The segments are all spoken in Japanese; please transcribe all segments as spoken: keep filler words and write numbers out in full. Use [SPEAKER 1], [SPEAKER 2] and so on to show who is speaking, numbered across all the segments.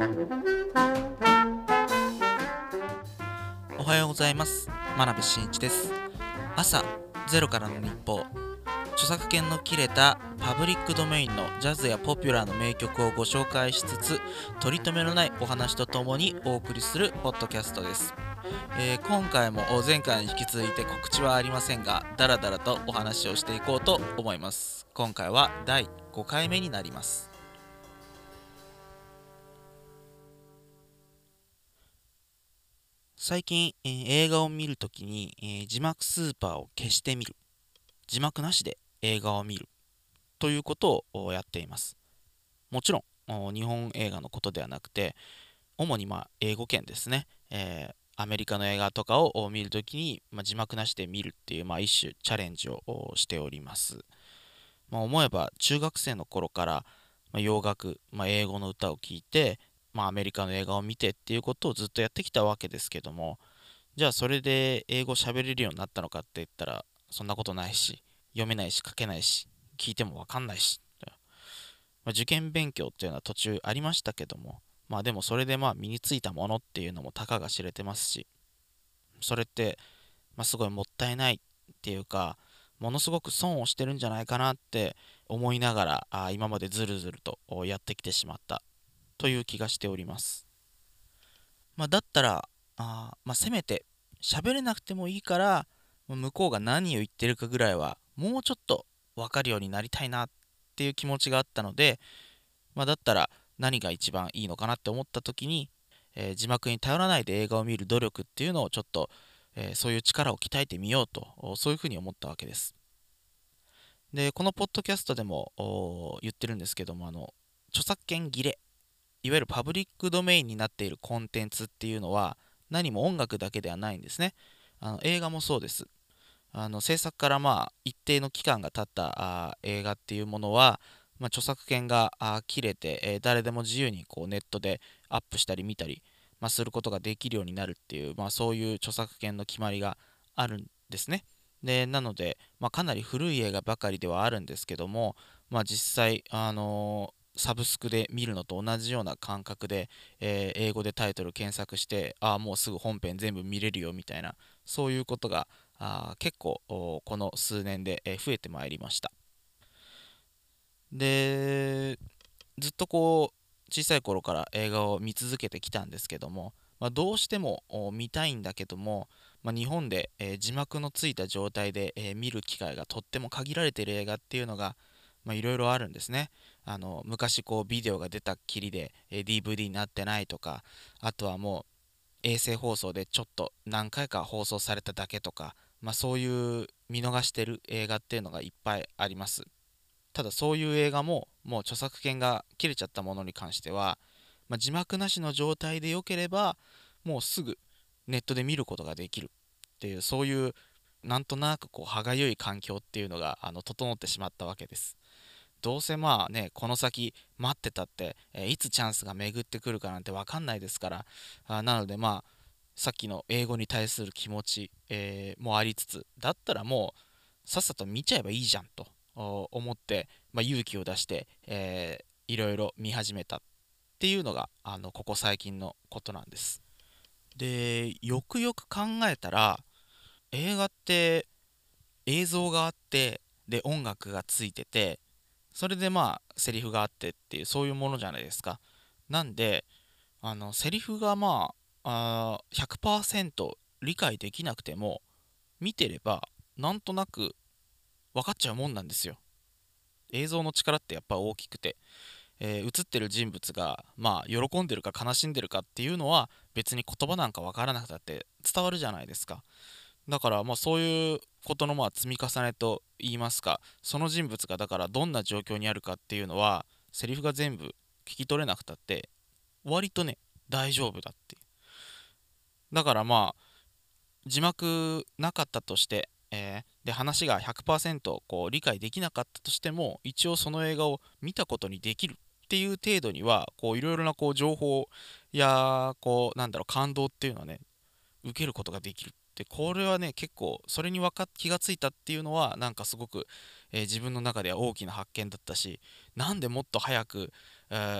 [SPEAKER 1] おはようございます。真鍋真一です。朝ゼロからの日報、著作権の切れたパブリックドメインのジャズやポピュラーの名曲をご紹介しつつ、取り留めのないお話とともにお送りするポッドキャストです。えー今回も前回に引き続いて告知はありませんが、だらだらとお話をしていこうと思います。今回はだいごかいめになります。最近、えー映画を見るときに、えー字幕スーパーを消してみる、字幕なしで映画を見るということをやっています。もちろん日本映画のことではなくて、主にまあ英語圏ですね、えーアメリカの映画とかを見るときに、まあ、字幕なしで見るっていう、まあ、一種チャレンジをしております。まあ、思えば中学生の頃から、まあ、洋楽、まあ、英語の歌を聴いて、まあ、アメリカの映画を見てっていうことをずっとやってきたわけですけども、じゃあそれで英語喋れるようになったのかって言ったらそんなことないし、読めないし書けないし聞いてもわかんないし、まあ、受験勉強っていうのは途中ありましたけども、まあでもそれでまあ身についたものっていうのもたかが知れてますし、それってまあすごいもったいないっていうか、ものすごく損をしてるんじゃないかなって思いながら、あ今までずるずるとやってきてしまったという気がしております。まあ、だったらあまあせめて喋れなくてもいいから、向こうが何を言ってるかぐらいはもうちょっと分かるようになりたいなっていう気持ちがあったので、まあ、だったら何が一番いいのかなって思った時に、えー字幕に頼らないで映画を見る努力っていうのをちょっと、えーそういう力を鍛えてみようと、そういうふうに思ったわけです。で、このポッドキャストでも言ってるんですけども、あの著作権切れ、いわゆるパブリックドメインになっているコンテンツっていうのは何も音楽だけではないんですね。あの映画もそうです。あの制作からまあ一定の期間が経ったあ映画っていうものは、まあ、著作権があ切れて、えー誰でも自由にこうネットでアップしたり見たり、まあ、することができるようになるっていう、まあ、そういう著作権の決まりがあるんですね。でなので、まあ、かなり古い映画ばかりではあるんですけども、まあ、実際、あのーサブスクで見るのと同じような感覚で、えー英語でタイトル検索して、ああ、もうすぐ本編全部見れるよみたいな、そういうことがあー結構この数年で、えー増えてまいりました。で、ずっとこう小さい頃から映画を見続けてきたんですけども、まあ、どうしてもお見たいんだけども、まあ、日本で、えー字幕のついた状態で、えー見る機会がとっても限られている映画っていうのがまあいろいろあるんですね。あの昔こうビデオが出たっきりで、えー ディーブイディー になってないとか、あとはもう衛星放送でちょっと何回か放送されただけとか、まあ、そういう見逃してる映画っていうのがいっぱいあります。ただそういう映画ももう著作権が切れちゃったものに関しては、まあ、字幕なしの状態でよければもうすぐネットで見ることができるっていう、そういうなんとなくこう歯がゆい環境っていうのがあの整ってしまったわけです。どうせまあね、この先待ってたって、えーいつチャンスが巡ってくるかなんて分かんないですから、あなのでまあ、さっきの英語に対する気持ち、えーもありつつ、だったらもうさっさと見ちゃえばいいじゃんとお思って、まあ、勇気を出して、えーいろいろ見始めたっていうのがあのここ最近のことなんです。で、よくよく考えたら、映画って映像があって、で音楽がついてて、それでまあセリフがあってっていうそういうものじゃないですか。なんであのセリフがまあ、あーひゃくパーセント理解できなくても見てればなんとなく分かっちゃうもんなんですよ。映像の力ってやっぱ大きくて、えー映ってる人物がまあ喜んでるか悲しんでるかっていうのは別に言葉なんか分からなくたって伝わるじゃないですか。だからまあそういうことのまあ積み重ねと言いますか、その人物がだからどんな状況にあるかっていうのはセリフが全部聞き取れなくたって割とね大丈夫だっていう。だからまあ字幕なかったとして、えーで話がひゃくパーセントこう理解できなかったとしても一応その映画を見たことにできるっていう程度にはこういろいろなこう情報やこうなんだろう感動っていうのはね受けることができるって、これはね結構それにわか気がついたっていうのはなんかすごく、えー自分の中では大きな発見だったし、なんでもっと早く、えー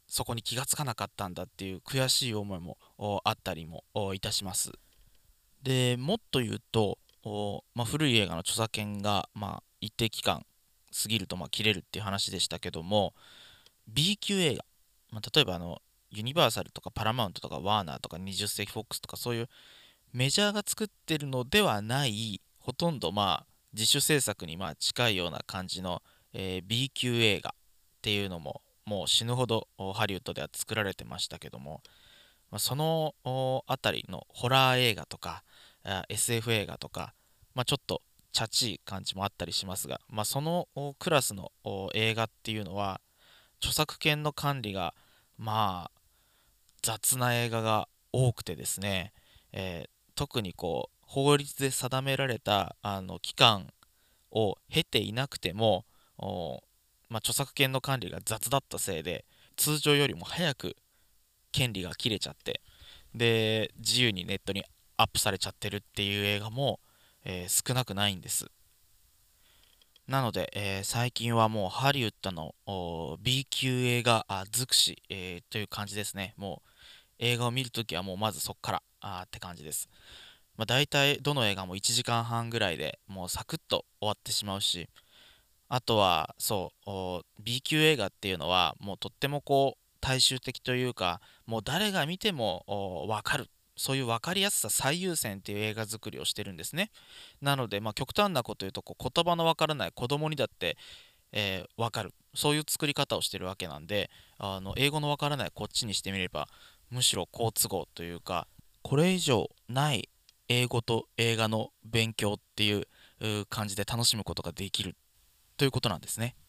[SPEAKER 1] そこに気がつかなかったんだっていう悔しい思いもおあったりもおいたします。でもっと言うと、おまあ、古い映画の著作権が、まあ、一定期間過ぎるとまあ切れるっていう話でしたけども、 B 級映画、まあ、例えばあのユニバーサルとかパラマウントとかワーナーとかにじゅっ世紀フォックスとか、そういうメジャーが作ってるのではない、ほとんどまあ自主制作にまあ近いような感じの、えー B 級映画っていうのももう死ぬほどおハリウッドでは作られてましたけども、まあ、そのおあたりのホラー映画とかあ エスエフ 映画とか、まあ、ちょっとチャチい感じもあったりしますが、まあ、そのおクラスのお映画っていうのは著作権の管理がまあ雑な映画が多くてですね、えー特にこう法律で定められたあの期間を経ていなくても、おまあ、著作権の管理が雑だったせいで通常よりも早く権利が切れちゃって、で自由にネットにアップされちゃってるっていう映画も、えー少なくないんです。なので、えー最近はもうハリウッドのお B 級映画あ尽くし、えーという感じですね。もう映画を見るときはもうまずそっからあーって感じです。まあ、大体どの映画もいちじかんはんぐらいでもうサクッと終わってしまうし、あとはそうお B 級映画っていうのはもうとってもこう大衆的というか、もう誰が見てもお分かる、そういう分かりやすさ最優先っていう映画作りをしてるんですね。なので、まあ、極端なこと言うとこう言葉の分からない子供にだって、えー分かる、そういう作り方をしてるわけなんで、あの英語の分からないこっちにしてみればむしろ好都合というか、これ以上ない英語と映画の勉強っていうう感じで楽しむことができるということなんですね。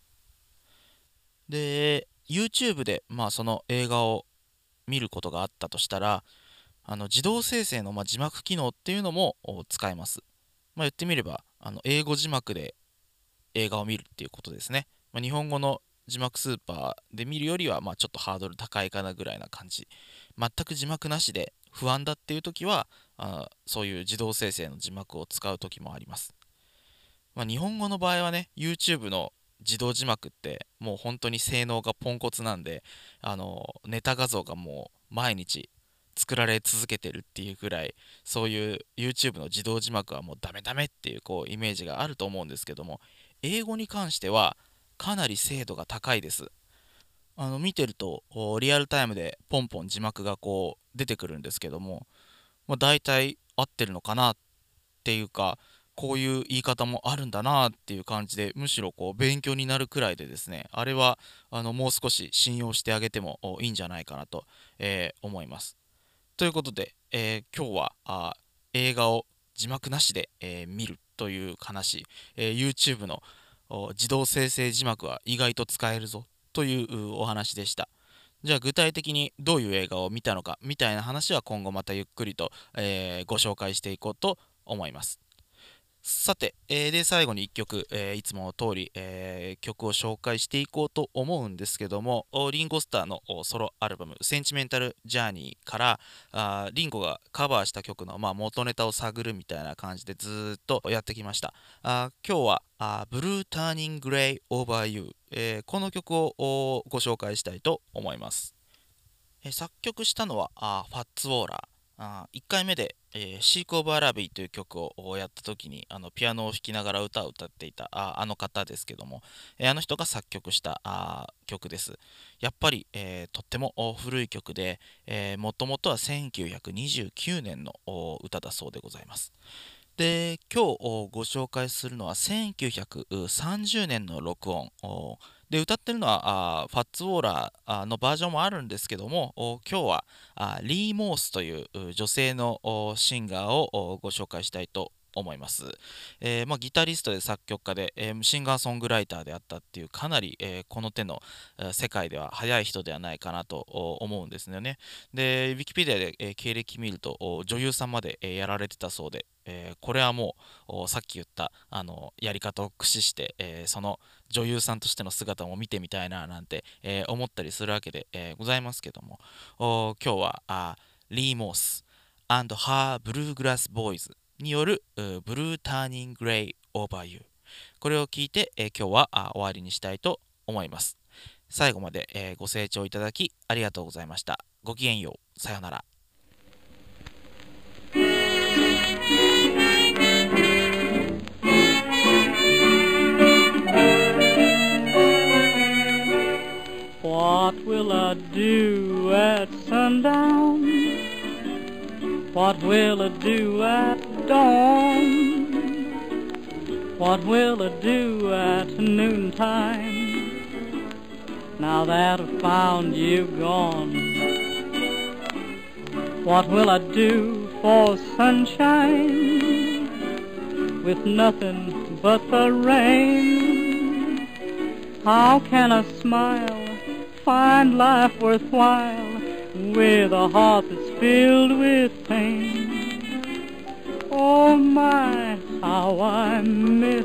[SPEAKER 1] で、YouTube で、まあ、その映画を見ることがあったとしたら、あの自動生成の、まあ、字幕機能っていうのもお使えます。まあ、言ってみれば、あの英語字幕で映画を見るっていうことですね。まあ、日本語の字幕スーパーで見るよりは、まあ、ちょっとハードル高いかなぐらいな感じ。全く字幕なしで不安だっていう時は、あそういう自動生成の字幕を使う時もあります。まあ、日本語の場合はね、YouTube の自動字幕ってもう本当に性能がポンコツなんで、あのネタ画像がもう毎日作られ続けてるっていうぐらい、そういう YouTube の自動字幕はもうダメダメっていうこうイメージがあると思うんですけども、英語に関してはかなり精度が高いです。あの見てるとおリアルタイムでポンポン字幕がこう出てくるんですけども、まあ、大体合ってるのかなっていうか、こういう言い方もあるんだなっていう感じで、むしろこう勉強になるくらいでですね、あれはあのもう少し信用してあげてもおいいんじゃないかなと、えー思います。ということで、えー今日はあ映画を字幕なしで、えー見るという話、えー YouTube のお自動生成字幕は意外と使えるぞというお話でした。じゃあ具体的にどういう映画を見たのかみたいな話は今後またゆっくりと、えーご紹介していこうと思います。さて、えーで、最後にいっきょく、えーいつもの通り、えー曲を紹介していこうと思うんですけども、おリンゴスターのおソロアルバム、センチメンタル・ジャーニーから、あーリンゴがカバーした曲の、まあ、元ネタを探るみたいな感じでずーっとやってきました。あー今日は、あーブルー・ターニング・グレイ・オーバー・ユー、えーこの曲をおご紹介したいと思います。えー作曲したのはあーファッツ・ウォーラー。あいっかいめで、えーシーク・オブ・アラビーという曲をおやった時にあのピアノを弾きながら歌を歌っていたああの方ですけども、えーあの人が作曲したあ曲です。やっぱり、えーとってもお古い曲で、えー、もともとはせんきゅうひゃくにじゅうきゅうねんのお歌だそうでございます。で、今日おご紹介するのはせんきゅうひゃくさんじゅうねんの録音。おで、歌ってるのはあーファッツ・ウォーラーあのバージョンもあるんですけども、お今日はあリー・モースというう女性のおシンガーをおご紹介したいと思います。えーまあ、ギタリストで作曲家で、えーシンガーソングライターであったっていうかなり、えーこの手のえー世界では早い人ではないかなとお思うんですよね。で、ウィキペディアで、えー経歴見るとお女優さんまで、えーやられてたそうで、えーこれはもうおさっき言ったあのやり方を駆使して、えーその女優さんとしての姿も見てみたいななんて、えー思ったりするわけで、えーございますけども、お今日はあリー・モース and Her Bluegrass Boys によるブルーターニング・グレイ・オーバー・ユー、これを聞いて、えー今日はあ終わりにしたいと思います。 最後まで、えーご清聴いただきありがとうございました。ごきげんよう。さようなら。
[SPEAKER 2] What will I do at sundown? What will I do at dawn? What will I do at noontime? Now that I've found you gone. What will I do for sunshine with nothing but the rain? How can I smile, find life worthwhile with a heart that's filled with pain? Oh my, how I miss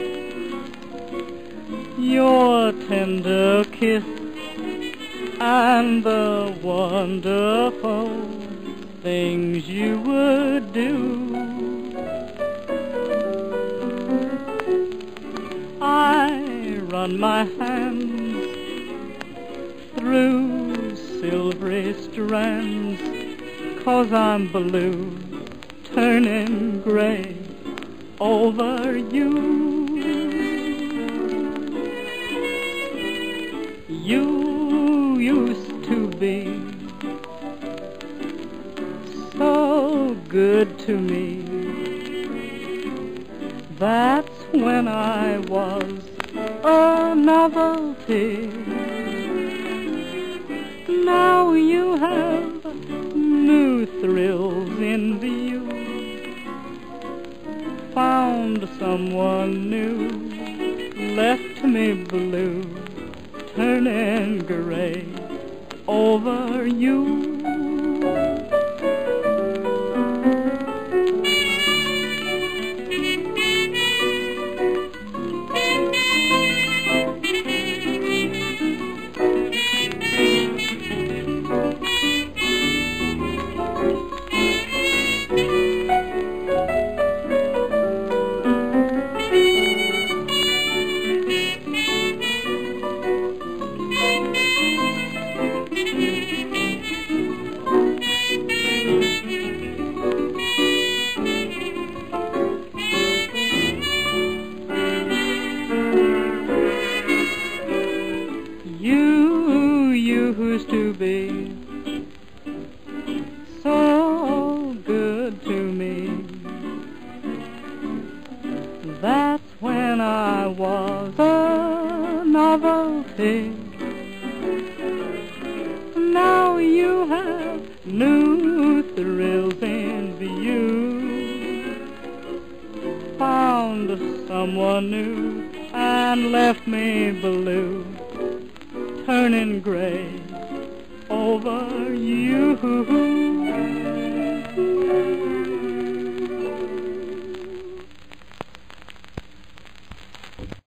[SPEAKER 2] your tender kiss and the wonderful things you would do. I run my hands through silvery strands, 'cause I'm blue, turning gray over you. You used to be so good to me. That's when I was a novelty. Now you have new thrills in view. Found someone new, left me blue, turning gray over you. Used to be so good to me. That's when I was a novelty. Now you have new thrills in view. Found someone new and left me blue, turning gray over you.